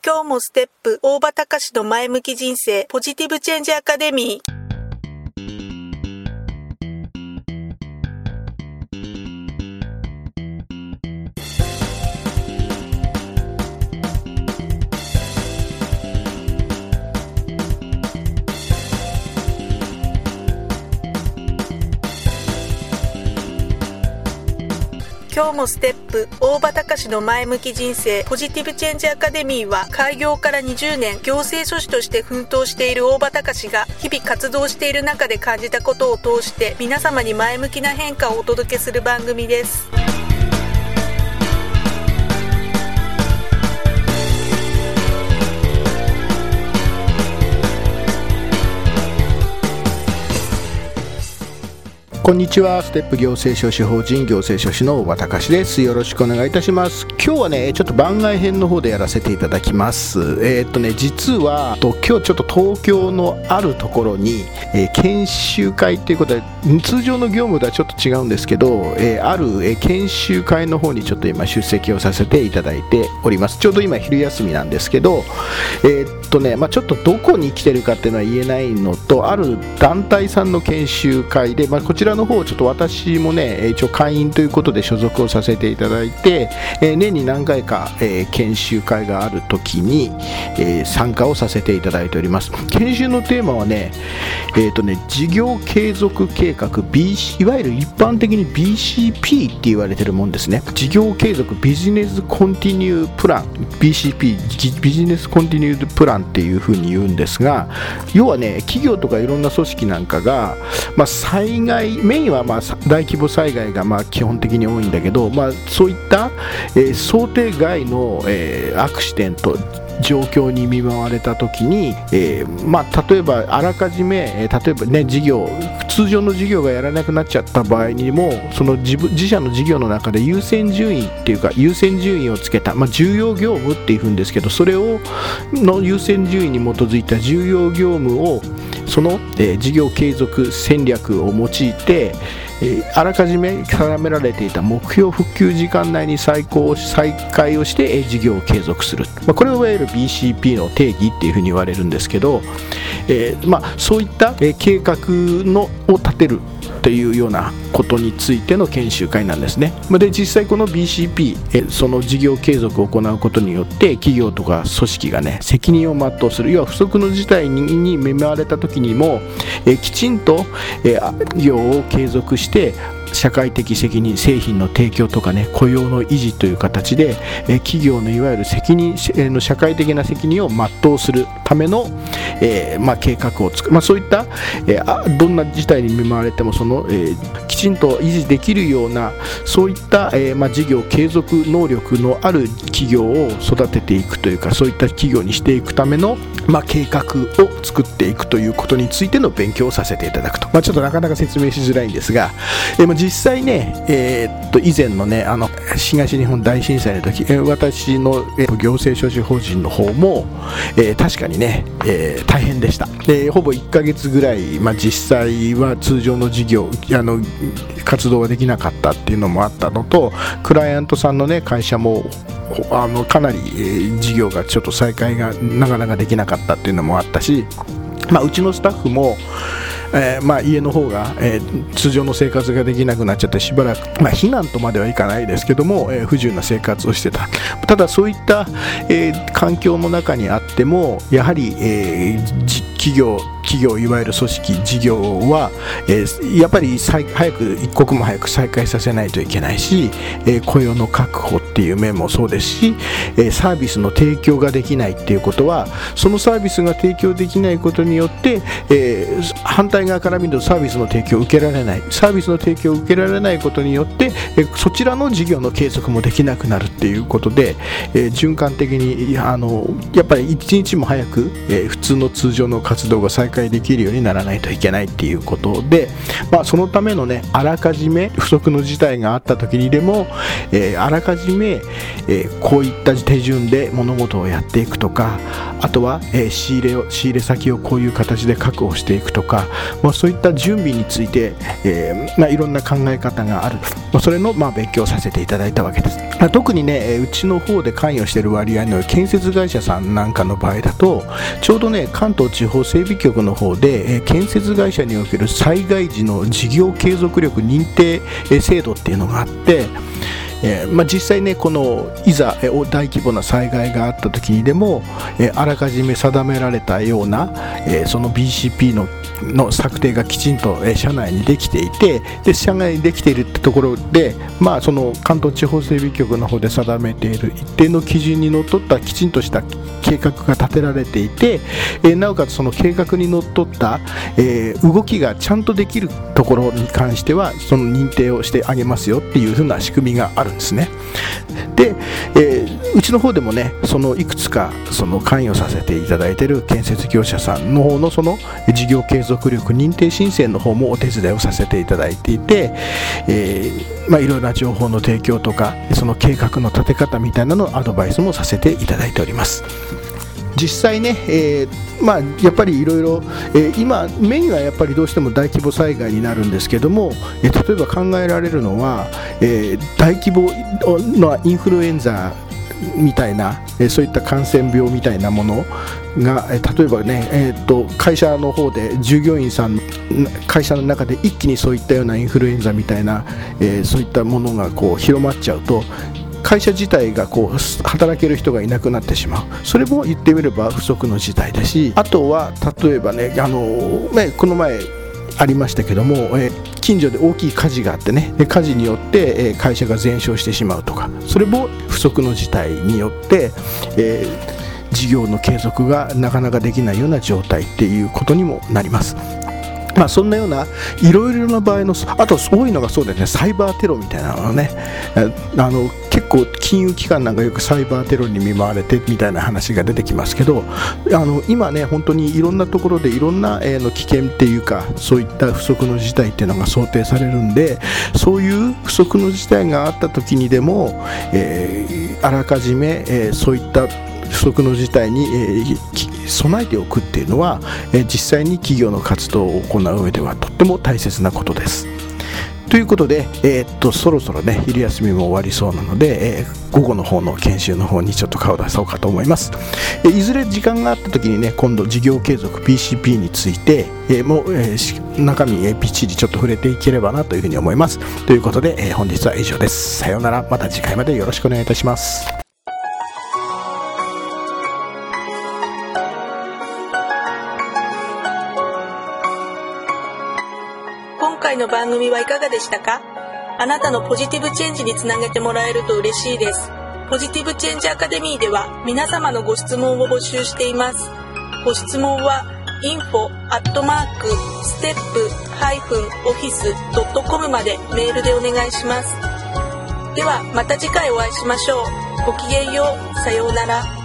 今日もステップ大場隆の前向き人生ポジティブチェンジアカデミー。今日もステップ大場隆の前向き人生ポジティブチェンジアカデミーは、開業から20年行政書士として奮闘している大場隆が日々活動している中で感じたことを通して皆様に前向きな変化をお届けする番組です。 こんにちは。ステップ行政書士法人行政書士の大場隆です。よろしくお願いいたします。今日はねちょっと番外編の方でやらせていただきます。実は今日ちょっと東京のあるところに、研修会ということで、通常の業務とはちょっと違うんですけど、ある、研修会の方にちょっと今出席をさせていただいております。ちょうど今昼休みなんですけど、ちょっとどこに来てるかっていうのは言えないのと、ある団体さんの研修会で、こちらの方ちょっと私もね一応会員ということで所属をさせていただいて、年に何回か、研修会がある時に、参加をさせていただいております。研修のテーマはね事業継続計画、いわゆる一般的に BCP って言われてるもんですね。事業継続ビジネスコンティニュープラン BCP ビジネスコンティニュープランっていうふうに言うんですが、要はね企業とかいろんな組織なんかが、災害メインは大規模災害が基本的に多いんだけど、そういった、想定外の、アクシデント状況に見舞われた時に、例えばあらかじめ、通常の事業がやらなくなっちゃった場合にも、その自社の事業の中で優先順位っていうか優先順位をつけた、重要業務っていうんですけど、それをの優先順位に基づいた重要業務をその、事業継続戦略を用いて、あらかじめ定められていた目標復旧時間内に再開をして、事業を継続する、これをいわゆる BCP の定義っていうふうに言われるんですけど、そういった、計画を立てるというようなことについての研修会なんですね。で実際この BCP、その事業継続を行うことによって企業とか組織がね責任を全うする、要は不測の事態に見舞われた時にも、きちんと、事業を継続して社会的責任、製品の提供とかね雇用の維持という形で、企業のいわゆる責任、社会的な責任を全うするための、計画を作る、そういった、どんな事態に見舞われてもきちんと維持できるようなそういった、事業継続能力のある企業を育てていくというか、そういった企業にしていくための、計画を作っていくということについての勉強をさせていただくと、ちょっとなかなか説明しづらいんですが、実際ね、以前のね東日本大震災の時、私の、行政書士法人の方も、確かにね、大変でした。ほぼ1ヶ月ぐらい、実際は通常の事業活動ができなかったっていうのもあったのと、クライアントさんのね会社もかなり、事業がちょっと再開がなかなかできなかったっていうのもあったし、うちのスタッフも家の方が、通常の生活ができなくなっちゃって、しばらく、避難とまではいかないですけども、不自由な生活をしてた。ただそういった、環境の中にあってもやはり、企業いわゆる組織事業は、やっぱり一刻も早く再開させないといけないし、雇用の確保っていう面もそうですし、サービスの提供ができないっていうことは、そのサービスが提供できないことによって、反対側から見るとサービスの提供を受けられないことによって、そちらの事業の継続もできなくなるっていうことで、循環的にやっぱり一日も早く、普通の通常の活動が再開できるようにならないといけないっていうことで、そのためのね、あらかじめ不測の事態があった時にでも、あらかじめ、こういった手順で物事をやっていくとか、あとは、仕入れ先をこういう形で確保していくとか、そういった準備について、いろんな考え方がある、それの、勉強させていただいたわけです。特にね、うちの方で関与している割合の建設会社さんなんかの場合だと、ちょうどね、関東地方整備局の方で、建設会社における災害時の事業継続力認定制度っていうのがあって、実際ね、このいざ大規模な災害があった時にでも、あらかじめ定められたような、その BCP の策定がきちんと社内にできていて、で社内にできているってところで、その関東地方整備局の方で定めている一定の基準にのっとったきちんとした計画が立てられていて、なおかつその計画にのっとった、動きがちゃんとできるところに関してはその認定をしてあげますよっていう風な仕組みがあるんですね。で、うちの方でもね、そのいくつかその関与させていただいている建設業者さんの方のその事業継続力認定申請の方もお手伝いをさせていただいていて、いろいろな情報の提供とかその計画の立て方みたいなのアドバイスもさせていただいております。実際ね、やっぱりいろいろ今メインはやっぱりどうしても大規模災害になるんですけども、例えば考えられるのは、大規模のインフルエンザみたいな、そういった感染病みたいなものが、例えばね、会社の方で従業員さん会社の中で一気にそういったようなインフルエンザみたいな、そういったものがこう広まっちゃうと、会社自体がこう働ける人がいなくなってしまう。それも言ってみれば不測の事態だし、あとは例えばね、この前ありましたけども、近所で大きい火事があってね、火事によって会社が全焼してしまうとか、それも不測の事態によって事業の継続がなかなかできないような状態っていうことにもなります。そんなようないろいろな場合の、あと多いのがそうですね、サイバーテロみたいなのね、結構金融機関なんかよくサイバーテロに見舞われてみたいな話が出てきますけど、今ね、本当にいろんなところでいろんな危険っていうか、そういった不測の事態っていうのが想定されるんで、そういう不測の事態があった時にでも、あらかじめ、そういった不測の事態に、備えておくっていうのは、実際に企業の活動を行う上ではとっても大切なことです。ということで、そろそろね、昼休みも終わりそうなので、午後の方の研修の方にちょっと顔を出そうかと思います。いずれ時間があった時にね、今度事業継続 BCP について、中身びっちりちょっと触れていければなというふうに思います。ということで、本日は以上です。さようなら。また次回までよろしくお願いいたします。 今回の番組はいかがでしたか？あなたのポジティブチェンジにつなげてもらえると嬉しいです。ポジティブチェンジアカデミーでは皆様のご質問を募集しています。ご質問は info@step-office.com までメールでお願いします。ではまた次回お会いしましょう。ごきげんよう。さようなら。